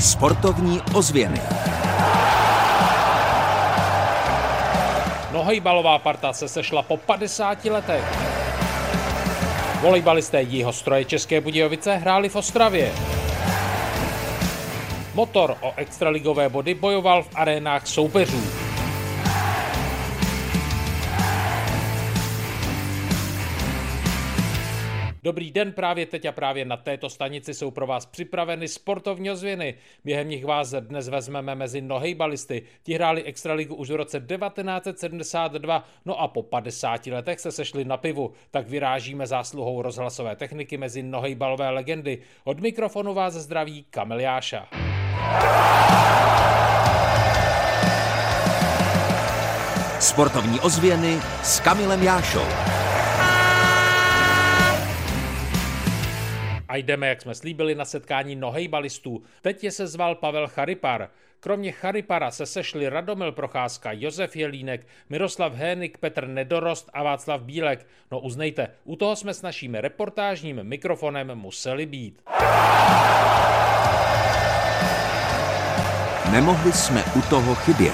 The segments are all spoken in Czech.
Sportovní ozvěny. Nohejbalová parta se sešla po 50 letech. Volejbalisté Jihostroje České Budějovice hráli v Ostravě. Motor o extraligové body bojoval v arénách soupeřů. Dobrý den, právě teď a právě na této stanici jsou pro vás připraveny sportovní ozvěny. Během nich vás dnes vezmeme mezi nohejbalisty. Ti hráli extraligu už v roce 1972, no a po 50 letech se sešli na pivu. Tak vyrážíme zásluhou rozhlasové techniky mezi nohejbalové legendy. Od mikrofonu vás zdraví Kamil Jáša. Sportovní ozvěny s Kamilem Jášou. A jdeme, jak jsme slíbili, na setkání nohejbalistů. Teď je sezval Pavel Charipar. Kromě Charipara se sešli Radomil Procházka, Josef Jelínek, Miroslav Hénik, Petr Nedorost a Václav Bílek. No uznejte, u toho jsme s naším reportážním mikrofonem museli být. Nemohli jsme u toho chybět.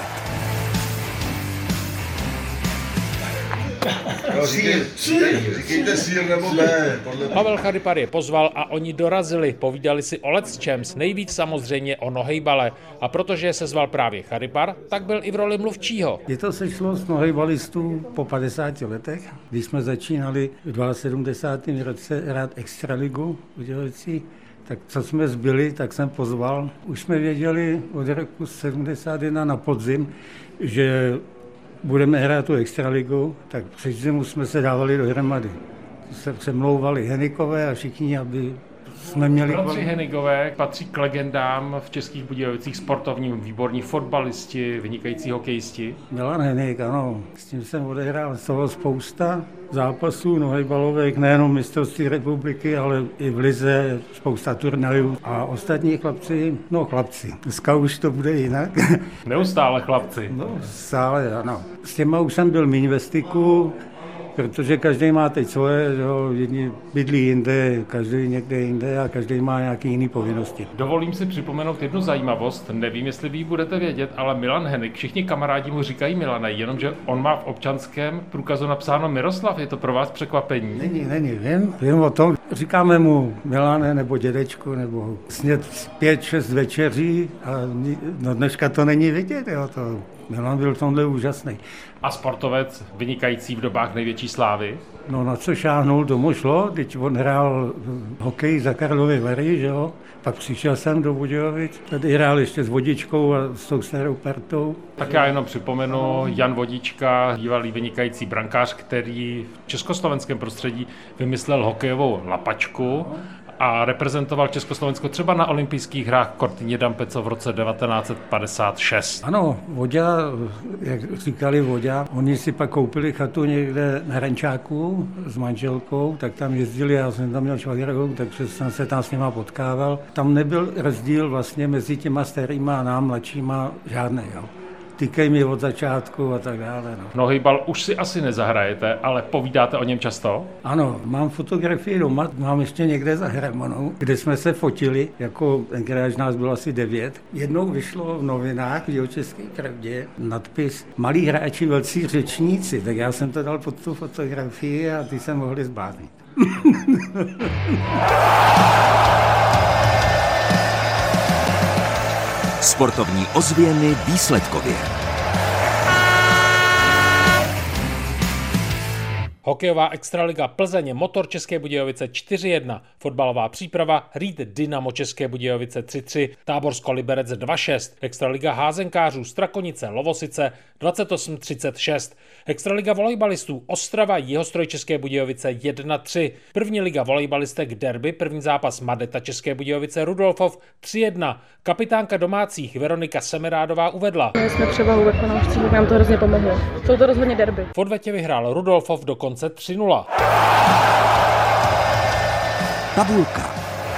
Říkejte sír nebo B. Pavel Charipar je pozval a oni dorazili. Povídali si o lecčems, nejvíc samozřejmě o nohejbale. A protože se zval právě Charipar, tak byl i v roli mluvčího. Je to sešlost nohejbalistů po 50 letech, když jsme začínali v 72. roce hrát extraligu v Budějovicích. Tak co jsme zbyli, tak jsem pozval. Už jsme věděli od roku 71 na podzim, že budeme hrát tu extraligu, tak před zimu jsme se dávali dohromady. Se přemlouvali Henikové a všichni, aby jsme měli... Bratři Henigové patří k legendám v Českých Budějovicích, sportovním, výborní fotbalisti, vynikající hokejisti. Milan Henik, ano, s tím jsem odehrál spousta zápasů nohejbalových, nejenom mistrovství republiky, ale i v lize, spousta turnajů. A ostatní chlapci, dneska už to bude jinak. Neustále chlapci. No, stále, ano. S těma už jsem byl míň ve styku, protože každý má teď svoje, jedni bydlí jinde, každý někde jinde a každý má nějaké jiné povinnosti. Dovolím si připomenout jednu zajímavost, nevím, jestli vy ji budete vědět, ale Milan Henik, všichni kamarádi mu říkají Milane, jenomže on má v občanském průkazu napsáno Miroslav, je to pro vás překvapení? Není, vím o tom. Říkáme mu Milane nebo dědečku, nebo sněd 5-6 večeří a dneška to není vidět, to Milan byl v tomhle úžasný. A sportovec vynikající v dobách největší slávy? No na co šáhnul, tomu šlo, teď on hrál hokej za Karlovy Vary, že jo? Pak přišel jsem do Budějovic, tady hrál ještě s Vodičkou a s tou starou partou. Tak já jenom připomenu, Jan Vodička, bývalý vynikající brankář, který v československém prostředí vymyslel hokejovou lapačku a reprezentoval Československo třeba na olympijských hrách v Cortině d'Ampezzo v roce 1956. Ano, Vodňa, jak říkali Vodňa, oni si pak koupili chatu někde na Hrančáku s manželkou, tak tam jezdili, já jsem tam měl švagrovou, takže jsem se tam s nima potkával. Tam nebyl rozdíl vlastně mezi těma starýma a nám mladšíma žádný, jo. Tykej mi od začátku a tak dále. No. Nohejbal už si asi nezahrajete, ale povídáte o něm často? Ano, mám fotografii doma, mám ještě někde za Hramonou, kde jsme se fotili, jako tenkrát nás bylo asi 9. Jednou vyšlo v novinách v Jihočeské pravdě nadpis Malí hráči, velcí řečníci, tak já jsem to dal pod tu fotografii a ty se mohli zbláznit. Sportovní ozvěny výsledkově. Hokejová extraliga Plzeň, Motor České Budějovice 4-1, fotbalová příprava Reed Dynamo České Budějovice 3-3, Táborsko Liberec 2-6, extraliga házenkářů Strakonice Lovosice 28-36, extraliga volejbalistů Ostrava Jihostroj České Budějovice 1-3, první liga volejbalistek derby, první zápas Madeta České Budějovice Rudolfov 3-1, kapitánka domácích Veronika Semerádová uvedla. My jsme převahu ve fanoušcích, nám to hrozně pomohlo. Jsou to rozhodně derby. V odvetě vyhrál Rudolfov dokonce 3-0. Tabulka.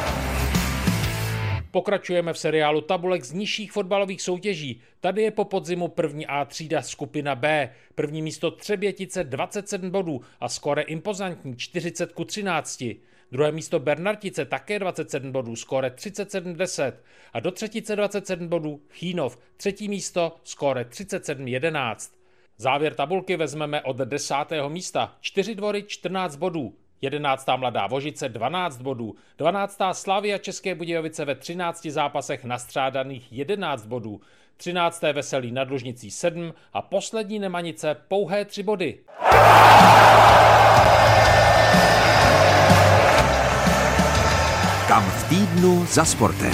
Pokračujeme v seriálu tabulek z nižších fotbalových soutěží. Tady je po podzimu první A třída skupina B. První místo Třebětice 27 bodů a skóre impozantní 40-13. Druhé místo Bernartice také 27 bodů, skóre 37-10 a do třetice 27 bodů Chýnov, třetí místo, skóre 37-11. Závěr tabulky vezmeme od 10. místa, 4 Dvory 14 bodů, 11. Mladá Vožice 12 bodů, 12. Slavia České Budějovice ve 13 zápasech nastřádaných 11 bodů, 13. Veselí nad Lužnicí 7 a poslední Nemanice pouhé 3 body. Kam v týdnu za sportem.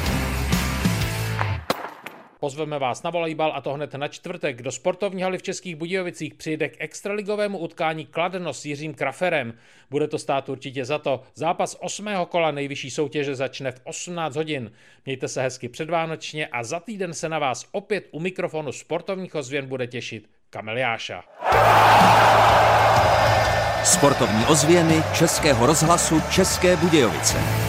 Pozveme vás na volejbal a to hned na čtvrtek. Do sportovní haly v Českých Budějovicích přijde k extraligovému utkání Kladno s Jiřím Kraferem. Bude to stát určitě za to. Zápas 8. kola nejvyšší soutěže začne v 18 hodin. Mějte se hezky předvánočně a za týden se na vás opět u mikrofonu Sportovních ozvěn bude těšit Kamil Jáša. Sportovní ozvěny Českého rozhlasu České Budějovice.